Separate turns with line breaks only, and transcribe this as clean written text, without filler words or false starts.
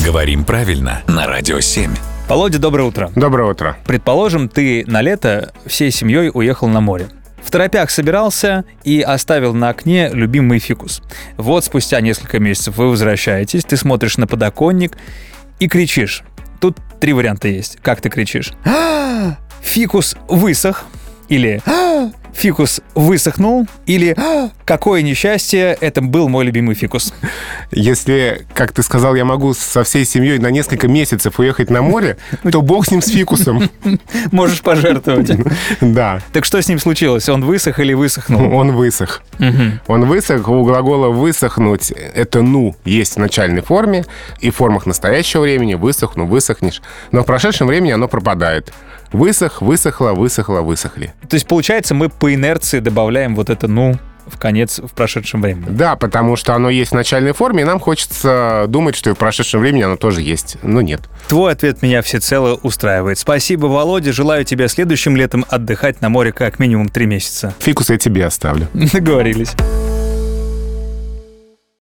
Говорим правильно на Радио 7.
Володя, доброе утро.
Доброе утро.
Предположим, ты на лето всей семьей уехал на море. В торопях собирался и оставил на окне любимый фикус. Вот спустя несколько месяцев вы возвращаетесь, ты смотришь на подоконник и кричишь. Тут 3 варианта есть. Как ты кричишь? Фикус высох. Или фикус высохнул. Или какое несчастье, это был мой любимый фикус.
Если, как ты сказал, я могу со всей семьей на несколько месяцев уехать на море, то бог с ним, с фикусом.
Можешь пожертвовать.
Да.
Так что с ним случилось? Он высох или высохнул?
Он высох. Он высох. У глагола «высохнуть» — это «ну» есть в начальной форме, и в формах настоящего времени «высохну», «высохнешь». Но в прошедшем времени оно пропадает. Высох, высохло, высохло, высохли.
То есть, получается, мы по инерции добавляем вот это «ну» в конец в прошедшем времени.
Да, потому что оно есть в начальной форме, и нам хочется думать, что и в прошедшем времени оно тоже есть. Но нет.
Твой ответ меня всецело устраивает. Спасибо, Володя. Желаю тебе следующим летом отдыхать на море как минимум 3 месяца.
Фикус я тебе оставлю.
Договорились.